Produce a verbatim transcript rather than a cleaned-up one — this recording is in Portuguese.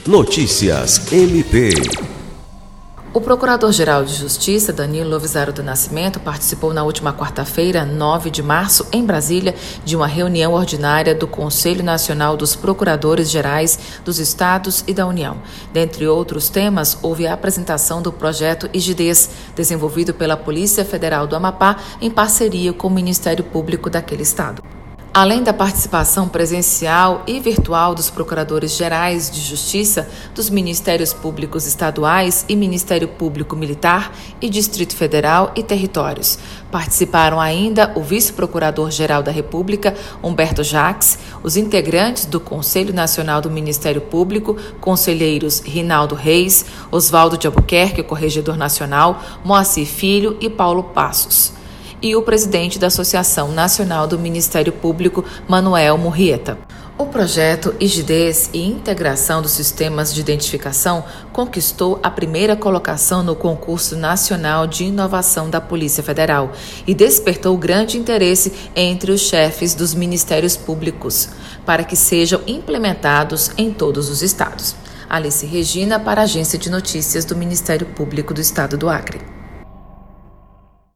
Notícias M P. O Procurador-Geral de Justiça, Danilo Lovisaro do Nascimento, participou na última quarta-feira, nove de março, em Brasília, de uma reunião ordinária do Conselho Nacional dos Procuradores-Gerais dos Estados e da União. Dentre outros temas, houve a apresentação do projeto IGDES, desenvolvido pela Polícia Federal do Amapá, em parceria com o Ministério Público daquele estado. Além da participação presencial e virtual dos Procuradores-Gerais de Justiça, dos Ministérios Públicos Estaduais e Ministério Público Militar e Distrito Federal e Territórios, participaram ainda o Vice-Procurador-Geral da República, Humberto Jacques, os integrantes do Conselho Nacional do Ministério Público, conselheiros Rinaldo Reis, Oswaldo de Albuquerque, Corregedor Nacional, Moacir Filho e Paulo Passos, e o presidente da Associação Nacional do Ministério Público, Manuel Murrieta. O projeto IGDES e Integração dos Sistemas de Identificação conquistou a primeira colocação no Concurso Nacional de Inovação da Polícia Federal e despertou grande interesse entre os chefes dos ministérios públicos para que sejam implementados em todos os estados. Alice Regina, para a Agência de Notícias do Ministério Público do Estado do Acre.